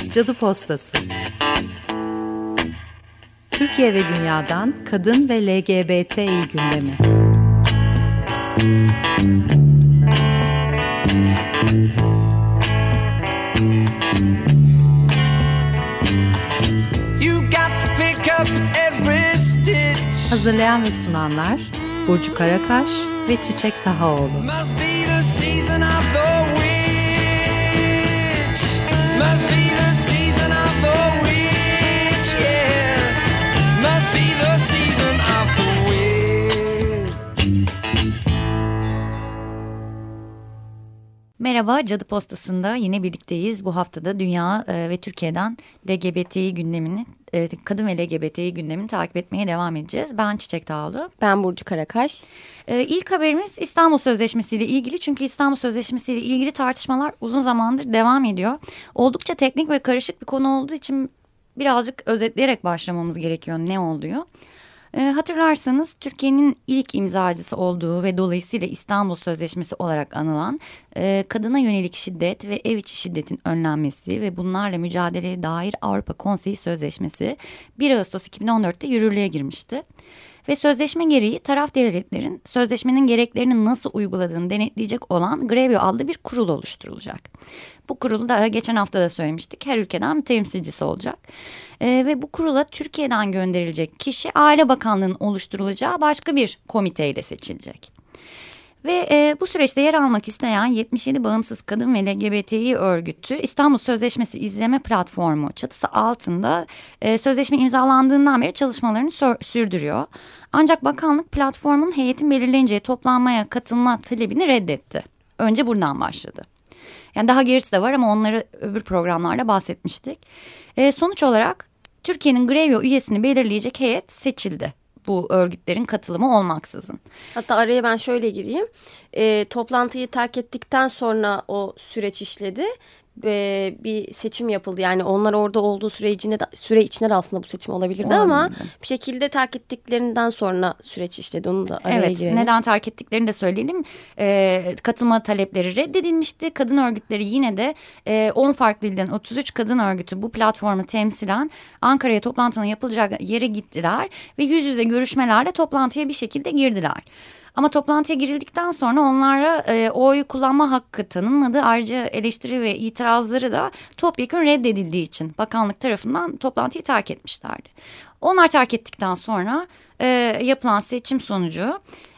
Cadı Postası. Türkiye ve dünyadan kadın ve LGBTİ gündemi. Hazırlayan ve sunanlar Burcu Karakaş ve Çiçek Tahaoğlu. Merhaba, Cadı Postası'nda yine birlikteyiz. Bu haftada dünya ve Türkiye'den LGBTİ gündemini, kadın ve LGBTİ gündemini takip etmeye devam edeceğiz. Ben Çiçek Dağlı. Ben Burcu Karakaş. İlk haberimiz İstanbul Sözleşmesi ile ilgili. Çünkü İstanbul Sözleşmesi ile ilgili tartışmalar uzun zamandır devam ediyor. Oldukça teknik ve karışık bir konu olduğu için birazcık özetleyerek başlamamız gerekiyor ne olduğu. Hatırlarsanız Türkiye'nin ilk imzacısı olduğu ve dolayısıyla İstanbul Sözleşmesi olarak anılan kadına yönelik şiddet ve ev içi şiddetin önlenmesi ve bunlarla mücadeleye dair Avrupa Konseyi Sözleşmesi 1 Ağustos 2014'te yürürlüğe girmişti. Ve sözleşme gereği taraf devletlerin sözleşmenin gereklerini nasıl uyguladığını denetleyecek olan Grevio adlı bir kurul oluşturulacak. Bu kurulu da geçen hafta da söylemiştik, her ülkeden bir temsilcisi olacak. Ve bu kurula Türkiye'den gönderilecek kişi Aile Bakanlığı'nın oluşturulacağı başka bir komiteyle seçilecek. Ve bu süreçte yer almak isteyen 77 bağımsız kadın ve LGBTİ örgütü İstanbul Sözleşmesi İzleme Platformu çatısı altında sözleşme imzalandığından beri çalışmalarını sürdürüyor. Ancak bakanlık platformun heyetin belirleneceği toplanmaya katılma talebini reddetti. Önce buradan başladı. Yani daha gerisi de var ama onları öbür programlarda bahsetmiştik. Sonuç olarak Türkiye'nin Grevio üyesini belirleyecek heyet seçildi. Bu örgütlerin katılımı olmaksızın. Hatta araya ben şöyle gireyim. Toplantıyı terk ettikten sonra o süreç işledi. Bir seçim yapıldı. Yani onlar orada olduğu süre içinde de aslında bu seçim olabilirdi ama bir şekilde terk ettiklerinden sonra süreç işledi. Onu da araya girelim. Neden terk ettiklerini de söyleyelim. Katılma talepleri reddedilmişti. Kadın örgütleri yine de 10 farklı ilden 33 kadın örgütü bu platformu temsilen Ankara'ya toplantının yapılacak yere gittiler ve yüz yüze görüşmelerle toplantıya bir şekilde girdiler. Ama toplantıya girildikten sonra onlara oy kullanma hakkı tanınmadı. Ayrıca eleştiri ve itirazları da topyekun reddedildiği için bakanlık tarafından toplantıyı terk etmişlerdi. Onlar terk ettikten sonra yapılan seçim sonucu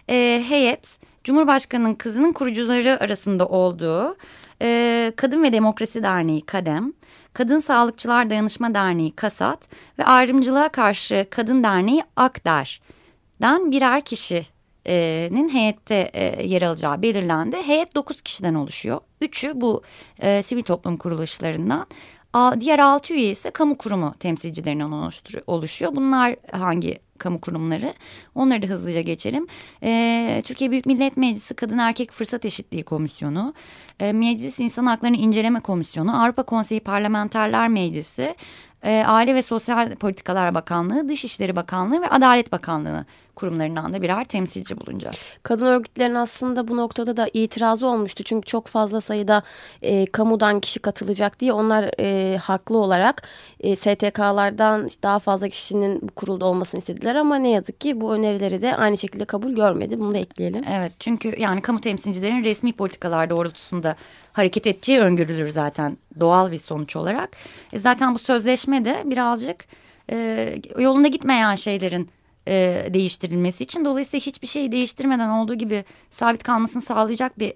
heyet Cumhurbaşkanı'nın kızının kurucuları arasında olduğu Kadın ve Demokrasi Derneği KADEM, Kadın Sağlıkçılar Dayanışma Derneği KASAT ve Ayrımcılığa Karşı Kadın Derneği AKDER'den birer kişinin heyette yer alacağı belirlendi. Heyet 9 kişiden oluşuyor. 3'ü bu sivil toplum kuruluşlarından. Diğer 6 üye ise kamu kurumu temsilcilerinden oluşuyor. Bunlar hangi kamu kurumları? Onları da hızlıca geçelim. Türkiye Büyük Millet Meclisi Kadın Erkek Fırsat Eşitliği Komisyonu, Meclis İnsan Haklarını İnceleme Komisyonu, Avrupa Konseyi Parlamenterler Meclisi, Aile ve Sosyal Politikalar Bakanlığı, Dışişleri Bakanlığı ve Adalet Bakanlığı kurumlarından da birer temsilci bulunacak. Kadın örgütlerinin aslında bu noktada da itirazı olmuştu. Çünkü çok fazla sayıda kamudan kişi katılacak diye onlar haklı olarak STK'lardan daha fazla kişinin bu kurulda olmasını istediler. Ama ne yazık ki bu önerileri de aynı şekilde kabul görmedi. Bunu da ekleyelim. Evet, çünkü yani kamu temsilcilerin resmi politikalar doğrultusunda hareket edeceği öngörülür zaten doğal bir sonuç olarak. Zaten bu sözleşme de birazcık yolunda gitmeyen şeylerin değiştirilmesi için, dolayısıyla hiçbir şeyi değiştirmeden olduğu gibi sabit kalmasını sağlayacak bir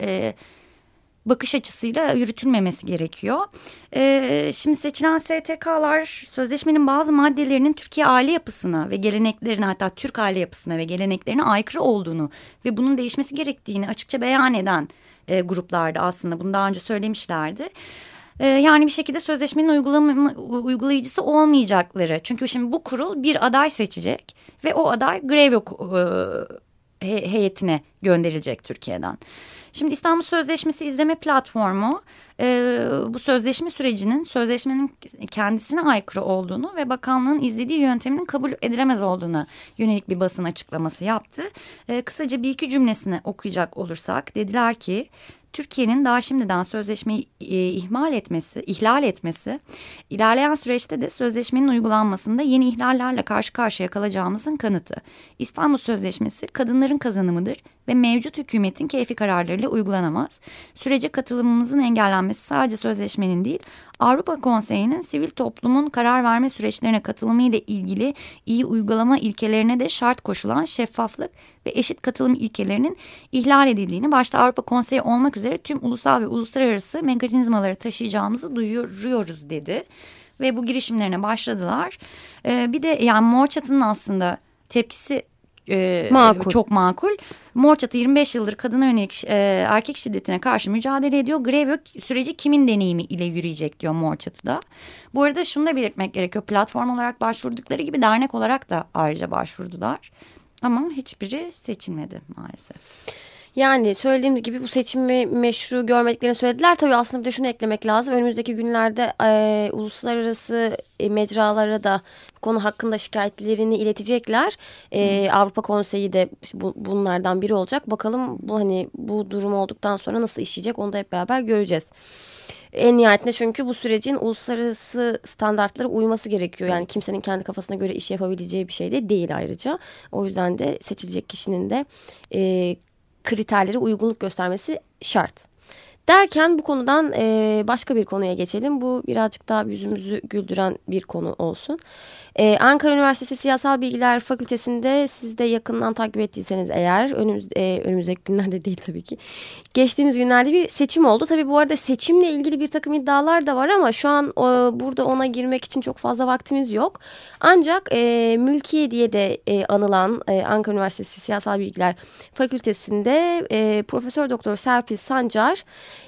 bakış açısıyla yürütülmemesi gerekiyor. Şimdi seçilen STK'lar sözleşmenin bazı maddelerinin Türkiye aile yapısına ve geleneklerine, hatta Türk aile yapısına ve geleneklerine aykırı olduğunu ve bunun değişmesi gerektiğini açıkça beyan eden gruplardı aslında. Bunu daha önce söylemişlerdi. Yani bir şekilde sözleşmenin uygulayıcısı olmayacakları. Çünkü şimdi bu kurul bir aday seçecek ve o aday Grevio heyetine gönderilecek Türkiye'den. Şimdi İstanbul Sözleşmesi İzleme Platformu bu sözleşme sürecinin sözleşmenin kendisine aykırı olduğunu ve bakanlığın izlediği yönteminin kabul edilemez olduğuna yönelik bir basın açıklaması yaptı. Kısaca bir iki cümlesini okuyacak olursak dediler ki: Türkiye'nin daha şimdiden sözleşmeyi ihlal etmesi, ilerleyen süreçte de sözleşmenin uygulanmasında yeni ihlallerle karşı karşıya kalacağımızın kanıtı. İstanbul Sözleşmesi kadınların kazanımıdır ve mevcut hükümetin keyfi kararlarıyla uygulanamaz. Sürece katılımımızın engellenmesi sadece sözleşmenin değil, Avrupa Konseyi'nin sivil toplumun karar verme süreçlerine katılımı ile ilgili iyi uygulama ilkelerine de şart koşulan şeffaflık ve eşit katılım ilkelerinin ihlal edildiğini, başta Avrupa Konseyi olmak üzere tüm ulusal ve uluslararası mekanizmaları taşıyacağımızı duyuruyoruz dedi. Ve bu girişimlerine başladılar. Bir de yani Mor Çatı'nın aslında tepkisi çok makul. Mor Çatı 25 yıldır kadına yönelik erkek şiddetine karşı mücadele ediyor. Grev yok, süreci kimin deneyimi ile yürüyecek diyor Mor Çatı'da. Bu arada şunu da belirtmek gerekiyor. Platform olarak başvurdukları gibi dernek olarak da ayrıca başvurdular. Ama hiçbiri seçilmedi maalesef. Yani söylediğimiz gibi bu seçimi meşru görmediklerini söylediler. Tabii aslında bir de şunu eklemek lazım. Önümüzdeki günlerde uluslararası mecralara da bu konu hakkında şikayetlerini iletecekler. Avrupa Konseyi de bunlardan biri olacak. Bakalım bu durum olduktan sonra nasıl işleyecek, onu da hep beraber göreceğiz. En nihayetinde çünkü bu sürecin uluslararası standartlara uyması gerekiyor. Yani kimsenin kendi kafasına göre iş yapabileceği bir şey de değil ayrıca. O yüzden de seçilecek kişinin de kriterlere uygunluk göstermesi şart. Derken bu konudan başka bir konuya geçelim. Bu birazcık daha yüzümüzü güldüren bir konu olsun. Ankara Üniversitesi Siyasal Bilgiler Fakültesi'nde siz de yakından takip ettiyseniz eğer önümüzdeki günlerde değil tabii ki. Geçtiğimiz günlerde bir seçim oldu. Tabii bu arada seçimle ilgili bir takım iddialar da var ama şu an burada ona girmek için çok fazla vaktimiz yok. Ancak Mülkiye diye de anılan Ankara Üniversitesi Siyasal Bilgiler Fakültesi'nde Profesör Doktor Serpil Sancar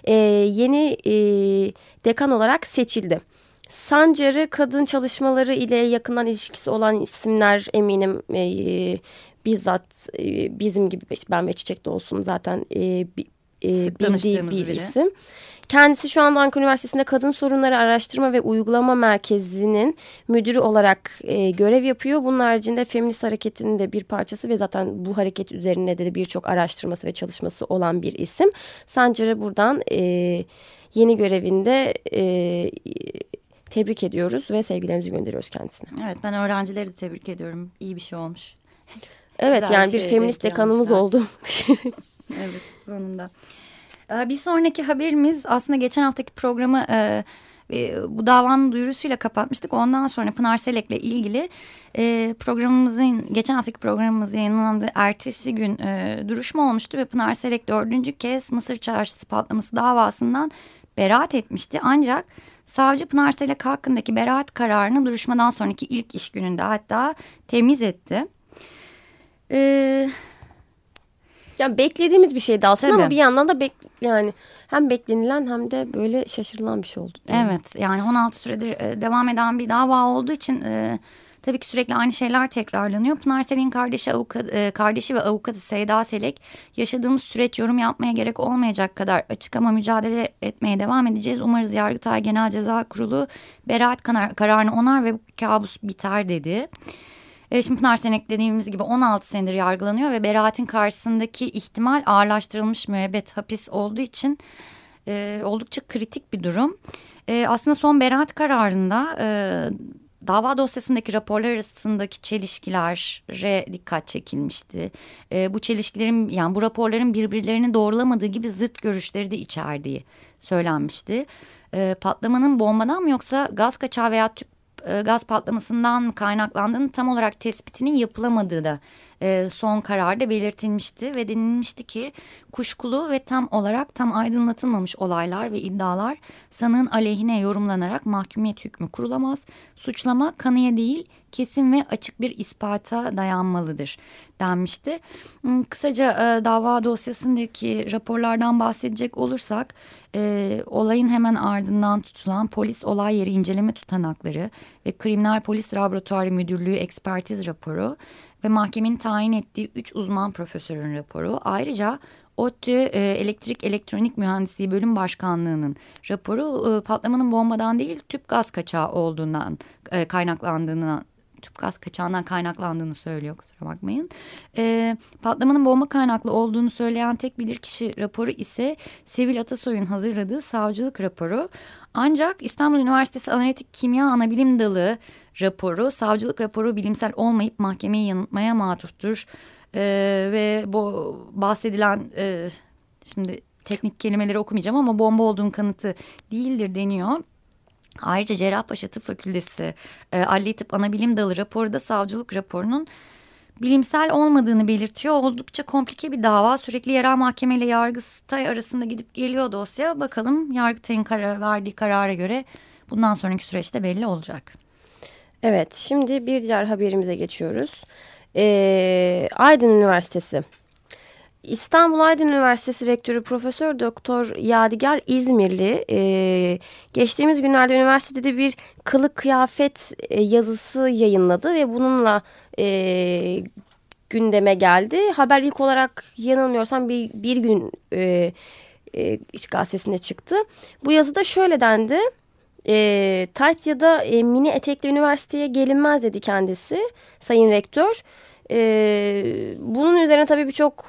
yeni dekan olarak seçildi. Sancar'ı kadın çalışmaları ile yakından ilişkisi olan isimler eminim bizzat bizim gibi, ben ve Çiçek de olsun zaten bildiği bir isim. Kendisi şu anda Ankara Üniversitesi'nde Kadın Sorunları Araştırma ve Uygulama Merkezi'nin müdürü olarak görev yapıyor. Bunun haricinde feminist hareketinin de bir parçası ve zaten bu hareket üzerine de birçok araştırması ve çalışması olan bir isim. Sancar'ı buradan yeni görevinde tebrik ediyoruz ve sevgilerimizi gönderiyoruz kendisine. Evet, ben öğrencileri de tebrik ediyorum. İyi bir şey olmuş. Evet, yani bir feminist dekanımız oldu. Evet, sonunda. Bir sonraki haberimiz aslında geçen haftaki programı bu davanın duyurusuyla kapatmıştık. Ondan sonra Pınar Selek'le ilgili geçen haftaki programımız yayınlandığı ertesi gün duruşma olmuştu ve Pınar Selek 4. kez Mısır Çarşısı patlaması davasından beraat etmişti. Ancak savcı Pınar Selek hakkındaki beraat kararını duruşmadan sonraki ilk iş gününde hatta temiz etti. Yani beklediğimiz bir şeydi aslında. Tabii. Ama bir yandan da yani hem beklenilen hem de böyle şaşırılan bir şey oldu. Evet, yani 16 süredir devam eden bir dava olduğu için tabii ki sürekli aynı şeyler tekrarlanıyor. Pınar Selek'in kardeşi ve avukatı Seyda Selek, yaşadığımız süreç yorum yapmaya gerek olmayacak kadar açık ama mücadele etmeye devam edeceğiz. Umarız Yargıtay Genel Ceza Kurulu beraat kararını onar ve bu kabus biter dedi. Şimdi Pınar Selek dediğimiz gibi 16 senedir yargılanıyor ve beraatin karşısındaki ihtimal ağırlaştırılmış müebbet hapis olduğu için oldukça kritik bir durum. Aslında son beraat kararında dava dosyasındaki raporlar arasındaki çelişkilere dikkat çekilmişti. Bu çelişkilerin, yani bu raporların birbirlerini doğrulamadığı gibi zıt görüşleri de içerdiği söylenmişti. Patlamanın bombadan mı yoksa gaz kaçağı veya tüp gaz patlamasından kaynaklandığını tam olarak tespitinin yapılamadığı da son kararda belirtilmişti ve denilmişti ki kuşkulu ve tam aydınlatılmamış olaylar ve iddialar sanığın aleyhine yorumlanarak mahkumiyet hükmü kurulamaz. Suçlama kanıya değil, kesin ve açık bir ispata dayanmalıdır denmişti. Kısaca dava dosyasındaki raporlardan bahsedecek olursak olayın hemen ardından tutulan polis olay yeri inceleme tutanakları ve Kriminal Polis Laboratuvarı Müdürlüğü ekspertiz raporu ve mahkemenin tayin ettiği 3 uzman profesörün raporu, ayrıca ODTÜ Elektrik Elektronik Mühendisliği Bölüm Başkanlığı'nın raporu patlamanın bombadan değil tüp gaz kaçağı olduğundan kaynaklandığına tüp gaz kaçağından kaynaklandığını söylüyor, kusura bakmayın. Patlamanın bomba kaynaklı olduğunu söyleyen tek bilirkişi raporu ise Sevil Atasoy'un hazırladığı savcılık raporu. Ancak İstanbul Üniversitesi Analitik Kimya Anabilim Dalı raporu, savcılık raporu bilimsel olmayıp mahkemeyi yanıltmaya matuftur. Ve bu bahsedilen şimdi teknik kelimeleri okumayacağım ama bomba olduğunun kanıtı değildir deniyor. Ayrıca Cerrahpaşa Tıp Fakültesi Adli Tıp Anabilim Dalı raporu da savcılık raporunun bilimsel olmadığını belirtiyor. Oldukça komplike bir dava. Sürekli yerel mahkeme ile Yargıtay arasında gidip geliyor dosya. Bakalım Yargıtay'ın verdiği karara göre bundan sonraki süreçte belli olacak. Evet, şimdi bir diğer haberimize geçiyoruz. Aydın Üniversitesi. İstanbul Aydın Üniversitesi Rektörü Profesör Doktor Yadigar İzmirli geçtiğimiz günlerde üniversitede bir kılık kıyafet yazısı yayınladı ve bununla gündeme geldi. Haber ilk olarak yanılmıyorsam bir gün İş Gazetesi'nde çıktı. Bu yazıda şöyle dendi. Tayt ya da mini etekli üniversiteye gelinmez dedi kendisi, Sayın Rektör. Bunun üzerine tabii birçok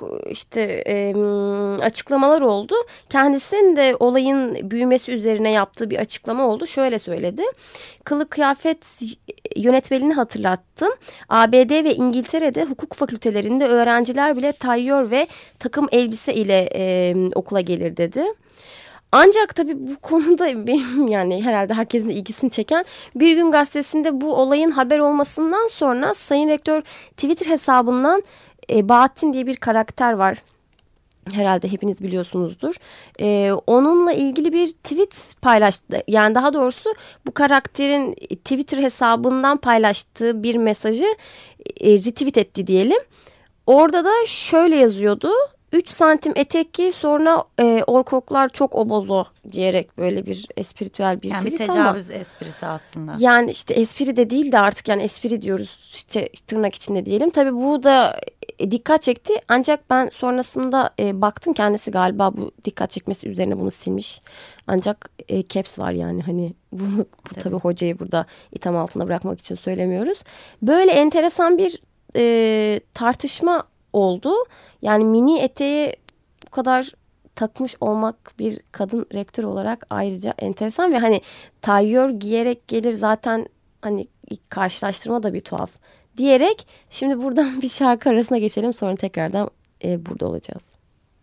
açıklamalar oldu. Kendisinin de olayın büyümesi üzerine yaptığı bir açıklama oldu. Şöyle söyledi. Kılık kıyafet yönetmeliğini hatırlattım. ABD ve İngiltere'de hukuk fakültelerinde öğrenciler bile tayyör ve takım elbise ile okula gelir dedi. Ancak tabii bu konuda benim yani herhalde herkesin de ilgisini çeken Bir Gün Gazetesi'nde bu olayın haber olmasından sonra Sayın Rektör Twitter hesabından Bahattin diye bir karakter var. Herhalde hepiniz biliyorsunuzdur. Onunla ilgili bir tweet paylaştı. Yani daha doğrusu bu karakterin Twitter hesabından paylaştığı bir mesajı retweet etti diyelim. Orada da şöyle yazıyordu. 3 santim etek giy, sonra orkoklar çok obozo diyerek böyle bir espritüel bir tweet, bir tecavüz esprisi aslında. Yani işte espri de değil de artık yani espri diyoruz işte tırnak içinde diyelim. Tabii bu da dikkat çekti, ancak ben sonrasında baktım, kendisi galiba bu dikkat çekmesi üzerine bunu silmiş. Ancak caps var yani hani bunu tabii hocayı burada itham altına bırakmak için söylemiyoruz. Böyle enteresan bir tartışma oldu. Yani mini eteği bu kadar takmış olmak bir kadın rektör olarak ayrıca enteresan ve hani tayyör giyerek gelir zaten, hani karşılaştırma da bir tuhaf diyerek şimdi buradan bir şarkı arasına geçelim, sonra tekrardan burada olacağız.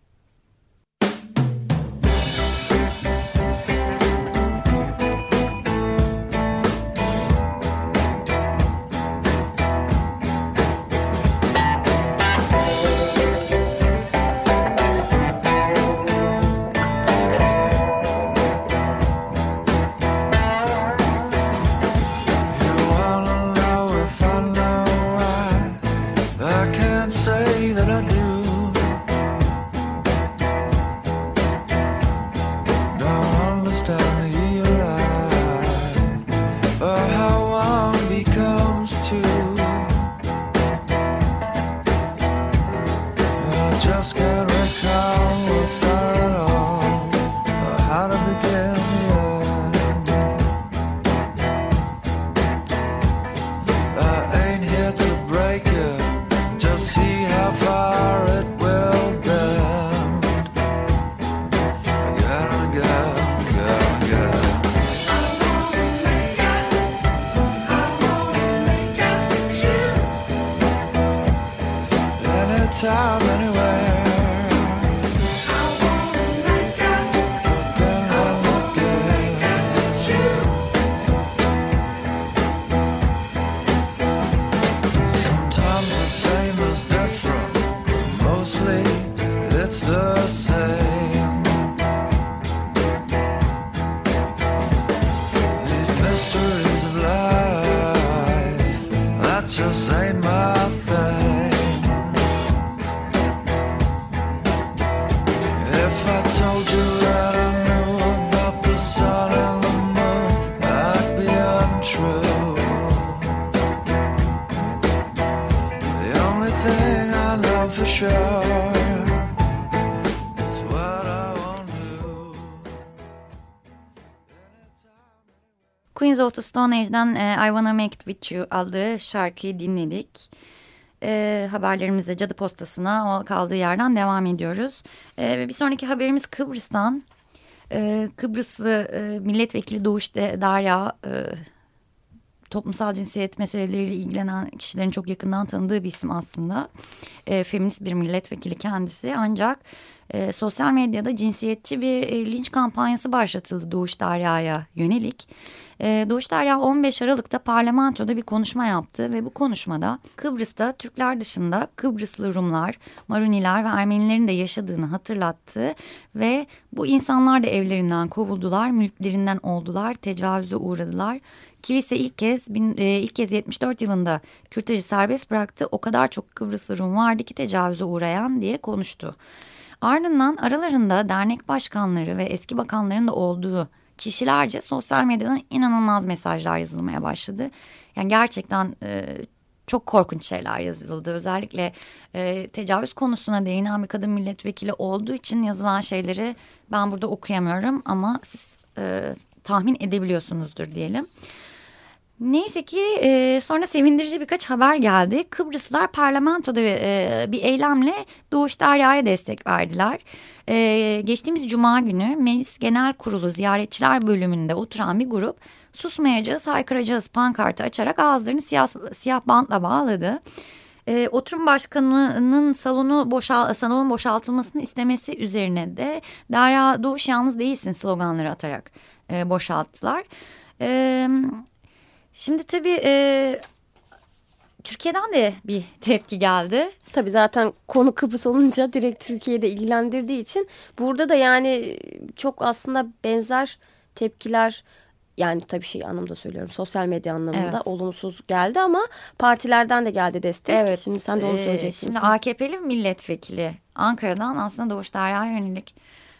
Time anywhere. Sometimes the same is different. Mostly it's the same. These mysteries of life, that just ain't my thing. Told you that I knew about the sun and the moon, that'd be untrue. The only thing I know for sure is what I won't do. Queens of the Stone Age'den I Wanna Make It With You adlı şarkıyı dinledik. Haberlerimize Cadı Postası'na o kaldığı yerden devam ediyoruz. Bir sonraki haberimiz Kıbrıs'tan. Kıbrıslı milletvekili Doğuş Derya toplumsal cinsiyet meseleleriyle ilgilenen kişilerin çok yakından tanıdığı bir isim aslında. Feminist bir milletvekili kendisi, ancak sosyal medyada cinsiyetçi bir linç kampanyası başlatıldı Doğuş Derya'ya yönelik. Doğuş Derya 15 Aralık'ta parlamentoda bir konuşma yaptı ve bu konuşmada Kıbrıs'ta Türkler dışında Kıbrıslı Rumlar, Maruniler ve Ermenilerin de yaşadığını hatırlattı ve bu insanlar da evlerinden kovuldular, mülklerinden oldular, tecavüze uğradılar. Kilise ilk kez 74 yılında kürtajı serbest bıraktı. O kadar çok Kıbrıslı Rum vardı ki tecavüze uğrayan diye konuştu. Ardından aralarında dernek başkanları ve eski bakanların da olduğu kişilerce sosyal medyadan inanılmaz mesajlar yazılmaya başladı. Yani gerçekten çok korkunç şeyler yazıldı. Özellikle tecavüz konusuna değinen bir kadın milletvekili olduğu için yazılan şeyleri ben burada okuyamıyorum ama siz tahmin edebiliyorsunuzdur diyelim. Neyse ki sonra sevindirici birkaç haber geldi. Kıbrıslılar parlamentoda bir eylemle Doğuş Derya'ya destek verdiler. Geçtiğimiz Cuma günü Meclis Genel Kurulu ziyaretçiler bölümünde oturan bir grup susmayacağız, haykıracağız pankartı açarak ağızlarını siyah bantla bağladı. Oturum başkanının salonun boşaltılmasını istemesi üzerine de Derya Doğuş yalnız değilsin sloganları atarak boşalttılar. Şimdi tabii Türkiye'den de bir tepki geldi. Tabii zaten konu Kıbrıs olunca direkt Türkiye'de ilgilendirdiği için burada da yani çok aslında benzer tepkiler, yani tabii anlamda söylüyorum, sosyal medya anlamında olumsuz geldi ama partilerden de geldi destek. Evet. Şimdi sen de onu söyleyeceksin. Şimdi AKP'li milletvekili Ankara'dan aslında Doğuş Derya'ya yönelik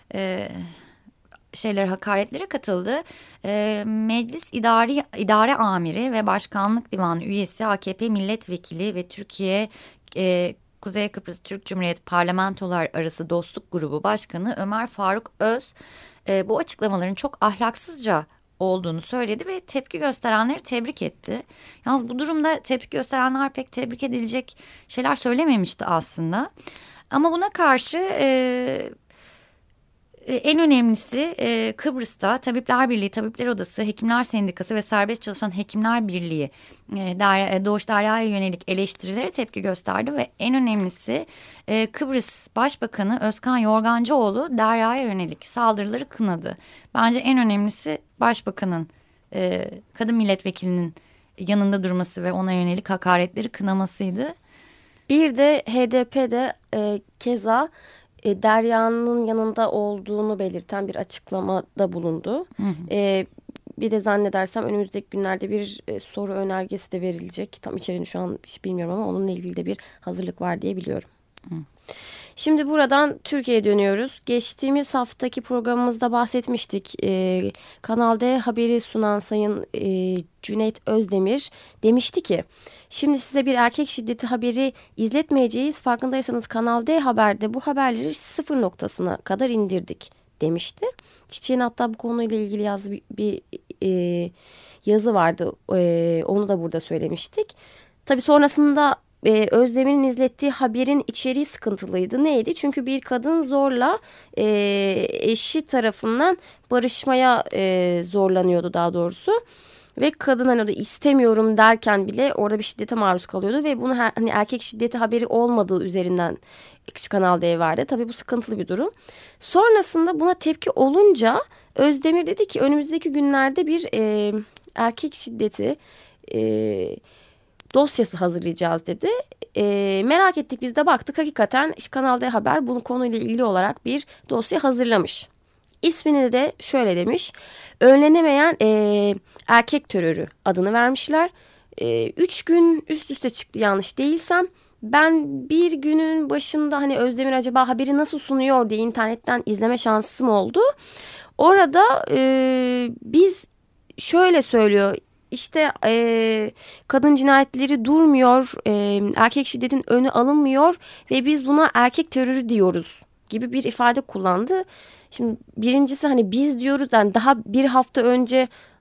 hakaretlere katıldı. Meclis İdare Amiri ve Başkanlık Divanı üyesi AKP milletvekili ve Türkiye Kuzey Kıbrıs Türk Cumhuriyeti Parlamentolar Arası Dostluk Grubu Başkanı Ömer Faruk Öz bu açıklamaların çok ahlaksızca olduğunu söyledi ve tepki gösterenleri tebrik etti. Yalnız bu durumda tepki gösterenler pek tebrik edilecek şeyler söylememişti aslında. Ama buna karşı en önemlisi Kıbrıs'ta Tabipler Birliği, Tabipler Odası, Hekimler Sendikası ve Serbest Çalışan Hekimler Birliği Doğuş Derya'ya yönelik eleştirilere tepki gösterdi ve en önemlisi Kıbrıs Başbakanı Özkan Yorgancıoğlu Derya'ya yönelik saldırıları kınadı. Bence en önemlisi Başbakanın kadın milletvekilinin yanında durması ve ona yönelik hakaretleri kınamasıydı. Bir de HDP'de keza Derya'nın yanında olduğunu belirten bir açıklamada bulundu. Hı hı. Bir de zannedersem önümüzdeki günlerde bir soru önergesi de verilecek. Tam içeriğini şu an hiç bilmiyorum ama onunla ilgili de bir hazırlık var diye biliyorum. Hı. Şimdi buradan Türkiye'ye dönüyoruz. Geçtiğimiz haftaki programımızda bahsetmiştik. Kanal D haberi sunan Sayın Cüneyt Özdemir demişti ki, şimdi size bir erkek şiddeti haberi izletmeyeceğiz. Farkındaysanız Kanal D Haber'de bu haberleri sıfır noktasına kadar indirdik demişti. Çiçek'in hatta bu konuyla ilgili yazdığı bir yazı vardı. Onu da burada söylemiştik. Tabii sonrasında Özdemir'in izlettiği haberin içeriği sıkıntılıydı. Neydi? Çünkü bir kadın zorla eşi tarafından barışmaya zorlanıyordu daha doğrusu. Ve kadın hani istemiyorum derken bile orada bir şiddete maruz kalıyordu. Ve bunu hani erkek şiddeti haberi olmadığı üzerinden Kanal D'ye verdi. Tabii bu sıkıntılı bir durum. Sonrasında buna tepki olunca Özdemir dedi ki önümüzdeki günlerde bir erkek şiddeti dosyası hazırlayacağız dedi. Merak ettik, biz de baktık, hakikaten Kanal D Haber bunun konuyla ilgili olarak bir dosya hazırlamış. İsmini de şöyle demiş: önlenemeyen erkek terörü adını vermişler. 3 gün üst üste çıktı yanlış değilsem. Ben bir günün başında hani Özdemir acaba haberi nasıl sunuyor diye internetten izleme şansım oldu. Orada biz şöyle söylüyor. İşte kadın cinayetleri durmuyor, erkek şiddetin önü alınmıyor ve biz buna erkek terörü diyoruz gibi bir ifade kullandı. Şimdi birincisi hani biz diyoruz, yani daha bir hafta önce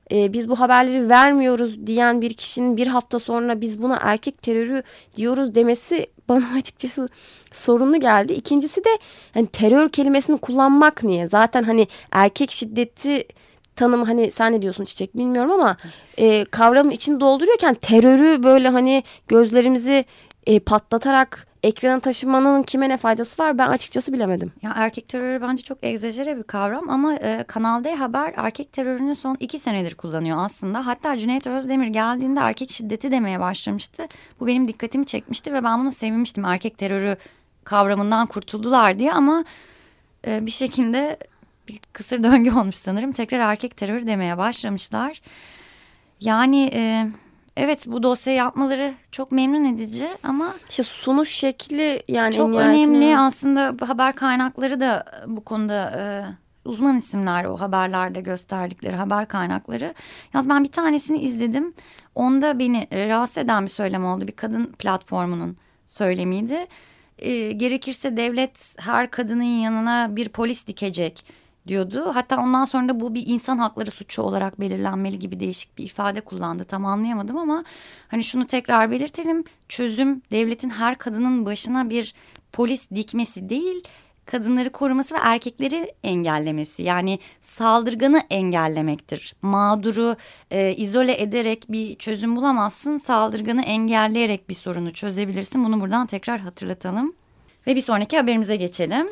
biz bu haberleri vermiyoruz diyen bir kişinin bir hafta sonra biz buna erkek terörü diyoruz demesi bana açıkçası sorunlu geldi. İkincisi de hani terör kelimesini kullanmak niye? Zaten hani erkek şiddeti tanımı, hani sen ne diyorsun Çiçek bilmiyorum ama kavramın içini dolduruyorken terörü böyle hani gözlerimizi patlatarak ekrana taşımanın kime ne faydası var, ben açıkçası bilemedim. Ya erkek terörü bence çok egzajere bir kavram ama Kanal D Haber erkek terörünü son 2 senedir kullanıyor aslında. Hatta Cüneyt Özdemir geldiğinde erkek şiddeti demeye başlamıştı. Bu benim dikkatimi çekmişti ve ben bunu sevinmiştim. Erkek terörü kavramından kurtuldular diye ama bir şekilde bir kısır döngü olmuş sanırım. Tekrar erkek terörü demeye başlamışlar. Yani evet, bu dosyayı yapmaları çok memnun edici ama İşte sunuş şekli yani çok önemli. Aslında haber kaynakları da bu konuda uzman isimler, o haberlerde gösterdikleri haber kaynakları. Yalnız ben bir tanesini izledim. Onda beni rahatsız eden bir söylem oldu. Bir kadın platformunun söylemiydi. Gerekirse devlet her kadının yanına bir polis dikecek diyordu. Hatta ondan sonra da bu bir insan hakları suçu olarak belirlenmeli gibi değişik bir ifade kullandı. Tam anlayamadım ama hani şunu tekrar belirtelim. Çözüm devletin her kadının başına bir polis dikmesi değil, kadınları koruması ve erkekleri engellemesi. Yani saldırganı engellemektir. Mağduru izole ederek bir çözüm bulamazsın. Saldırganı engelleyerek bir sorunu çözebilirsin. Bunu buradan tekrar hatırlatalım. Ve bir sonraki haberimize geçelim.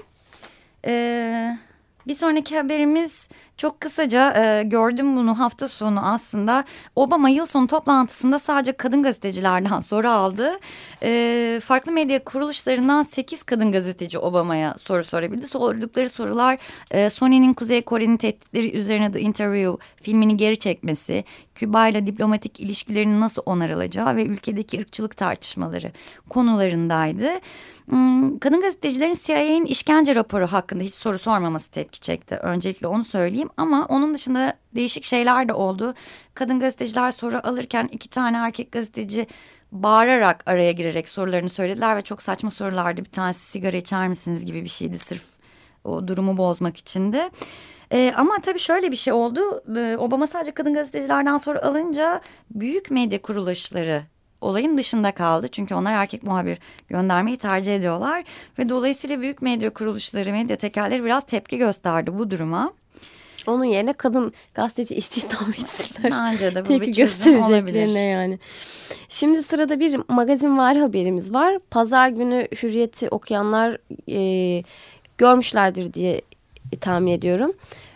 Bir sonraki haberimiz çok kısaca, gördüm bunu hafta sonu aslında. Obama yıl sonu toplantısında sadece kadın gazetecilerden soru aldı. Farklı medya kuruluşlarından 8 kadın gazeteci Obama'ya soru sorabildi. Sordukları sorular Sony'nin Kuzey Kore'nin tehditleri üzerine The Interview filmini geri çekmesi, Küba ile diplomatik ilişkilerinin nasıl onarılacağı ve ülkedeki ırkçılık tartışmaları konularındaydı. Kadın gazetecilerin CIA'nin işkence raporu hakkında hiç soru sormaması tepki çekti. Öncelikle onu söyleyeyim ama onun dışında değişik şeyler de oldu. Kadın gazeteciler soru alırken 2 tane erkek gazeteci bağırarak araya girerek sorularını söylediler ve çok saçma sorulardı. Bir tanesi sigara içer misiniz gibi bir şeydi, sırf o durumu bozmak içindi. Ama tabii şöyle bir şey oldu. Obama sadece kadın gazetecilerden soru alınca büyük medya kuruluşları olayın dışında kaldı. Çünkü onlar erkek muhabir göndermeyi tercih ediyorlar. Ve dolayısıyla büyük medya kuruluşları, medya tekerleri biraz tepki gösterdi bu duruma. Onun yerine kadın gazeteci istihdam etsinler. Bence de bu tepki bir çözüm olabilir. yani. Şimdi sırada bir magazinvari haberimiz var. Pazar günü Hürriyet'i okuyanlar görmüşlerdir diye tahmin ediyorum.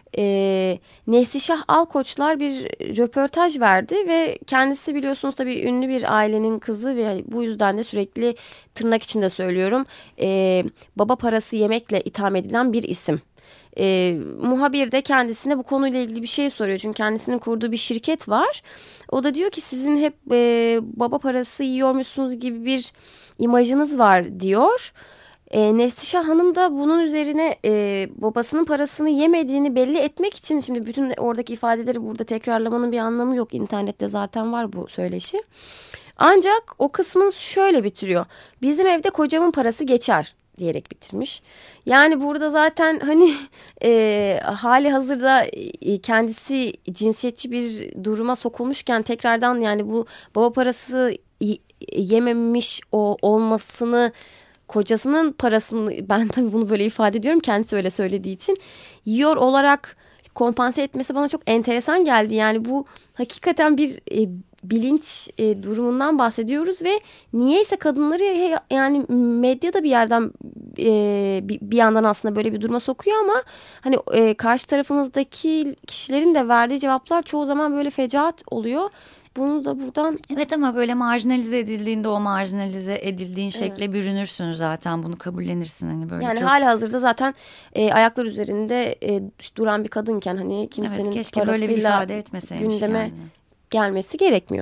Neslişah Alkoçlar bir röportaj verdi ve kendisi biliyorsunuz tabii ünlü bir ailenin kızı ve bu yüzden de sürekli tırnak içinde söylüyorum baba parası yemekle itham edilen bir isim. Muhabir de kendisine bu konuyla ilgili bir şey soruyor. Çünkü kendisinin kurduğu bir şirket var. O da diyor ki sizin hep baba parası yiyormuşsunuz gibi bir imajınız var diyor. Neslişah Hanım da bunun üzerine babasının parasını yemediğini belli etmek için, şimdi bütün oradaki ifadeleri burada tekrarlamanın bir anlamı yok. İnternette zaten var bu söyleşi. Ancak o kısmını şöyle bitiriyor. Bizim evde kocamın parası geçer diyerek bitirmiş. Yani burada zaten hani hali hazırda kendisi cinsiyetçi bir duruma sokulmuşken tekrardan yani bu baba parası yememiş olmasını, kocasının parasını, ben tabii bunu böyle ifade ediyorum kendisi öyle söylediği için, yiyor olarak kompanse etmesi bana çok enteresan geldi. Yani bu hakikaten bir bilinç durumundan bahsediyoruz ve niyeyse kadınları yani medyada bir yerden bir yandan aslında böyle bir duruma sokuyor ama hani karşı tarafımızdaki kişilerin de verdiği cevaplar çoğu zaman böyle fecaat oluyor. Bunu da buradan... Evet ama böyle marjinalize edildiğinde o marjinalize edildiğin şekle bürünürsün zaten, bunu kabullenirsin hani böyle. Yani çok... halihazırda zaten ayaklar üzerinde duran bir kadınken hani kimsenin evet, keşke böyle bir ifade etmeseymiş gündeme yani. Gelmesi gerekmiyor.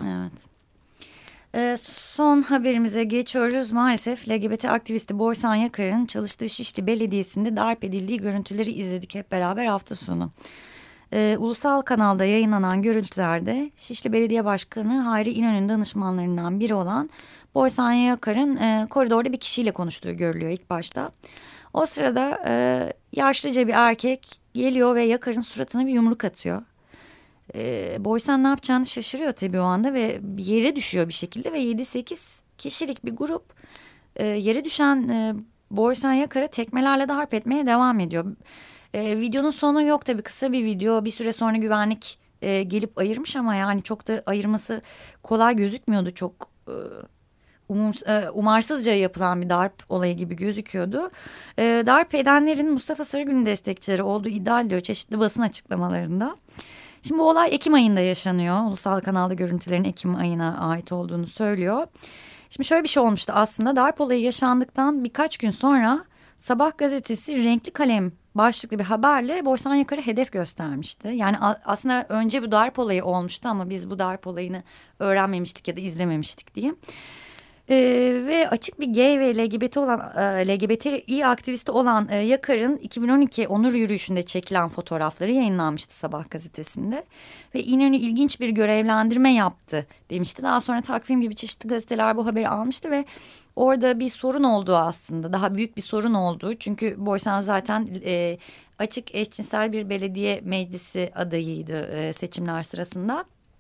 Evet. Son haberimize geçiyoruz. Maalesef LGBT aktivisti Boysan Yakar'ın çalıştığı Şişli Belediyesi'nde darp edildiği görüntüleri izledik hep beraber hafta sonu. Ulusal kanalda yayınlanan görüntülerde Şişli Belediye Başkanı Hayri İnönü'nün danışmanlarından biri olan Boysan Yakar'ın koridorda bir kişiyle konuştuğu görülüyor ilk başta. O sırada yaşlıca bir erkek geliyor ve Yakar'ın suratına bir yumruk atıyor. Boysan ne yapacağını şaşırıyor tabii o anda ve yere düşüyor bir şekilde ve 7-8 kişilik bir grup yere düşen Boysan Yakar'ı tekmelerle darp etmeye devam ediyor. Videonun sonu yok tabii, kısa bir video. Bir süre sonra güvenlik gelip ayırmış ama yani çok da ayırması kolay gözükmüyordu. Çok umarsızca yapılan bir darp olayı gibi gözüküyordu. Darp edenlerin Mustafa Sarıgül'ün destekçileri olduğu iddia ediliyor çeşitli basın açıklamalarında. Şimdi bu olay Ekim ayında yaşanıyor. Ulusal kanalda görüntülerin Ekim ayına ait olduğunu söylüyor. Şimdi şöyle bir şey olmuştu aslında. Darp olayı yaşandıktan birkaç gün sonra Sabah gazetesi renkli kalem başlıklı bir haberle Boysan Yakar'ı hedef göstermişti. Yani aslında önce bu darp olayı olmuştu ama biz bu darp olayını öğrenmemiştik ya da izlememiştik diyeyim. Ve açık bir gay ve LGBTİ aktivisti olan Yakar'ın 2012 onur yürüyüşünde çekilen fotoğrafları yayınlanmıştı Sabah gazetesinde. Ve İnönü ilginç bir görevlendirme yaptı demişti. Daha sonra Takvim gibi çeşitli gazeteler bu haberi almıştı ve orada bir sorun olduğu aslında, daha büyük bir sorun olduğu. Çünkü Boysan zaten açık eşcinsel bir belediye meclisi adayıydı seçimler sırasında.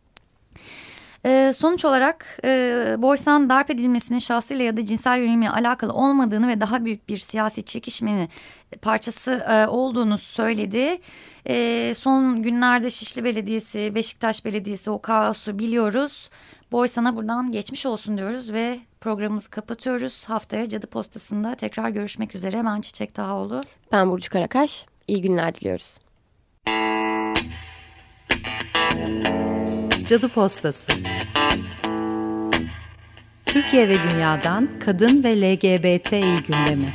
Sonuç olarak Boysan darp edilmesinin şahsıyla ya da cinsel yönelimle alakalı olmadığını ve daha büyük bir siyasi çekişmenin parçası olduğunu söyledi. Son günlerde Şişli Belediyesi, Beşiktaş Belediyesi o kaosu biliyoruz. Boysan'a buradan geçmiş olsun diyoruz ve programımızı kapatıyoruz. Haftaya Cadı Postası'nda tekrar görüşmek üzere. Ben Çiçek Tahaoğlu. Ben Burcu Karakaş. İyi günler diliyoruz. Cadı Postası. Türkiye ve dünyadan kadın ve LGBTİ gündemi.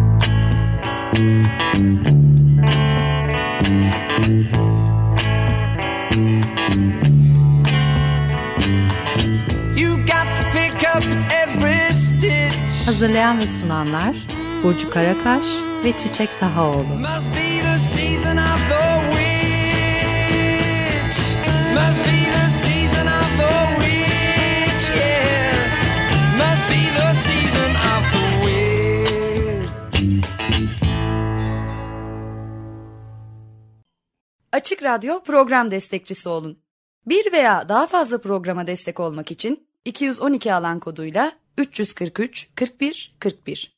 Hazırlayan ve sunanlar Burcu Karakaş ve Çiçek Tahaoğlu. Açık Radyo program destekçisi olun. Bir veya daha fazla programa destek olmak için 212 alan koduyla 343 41 41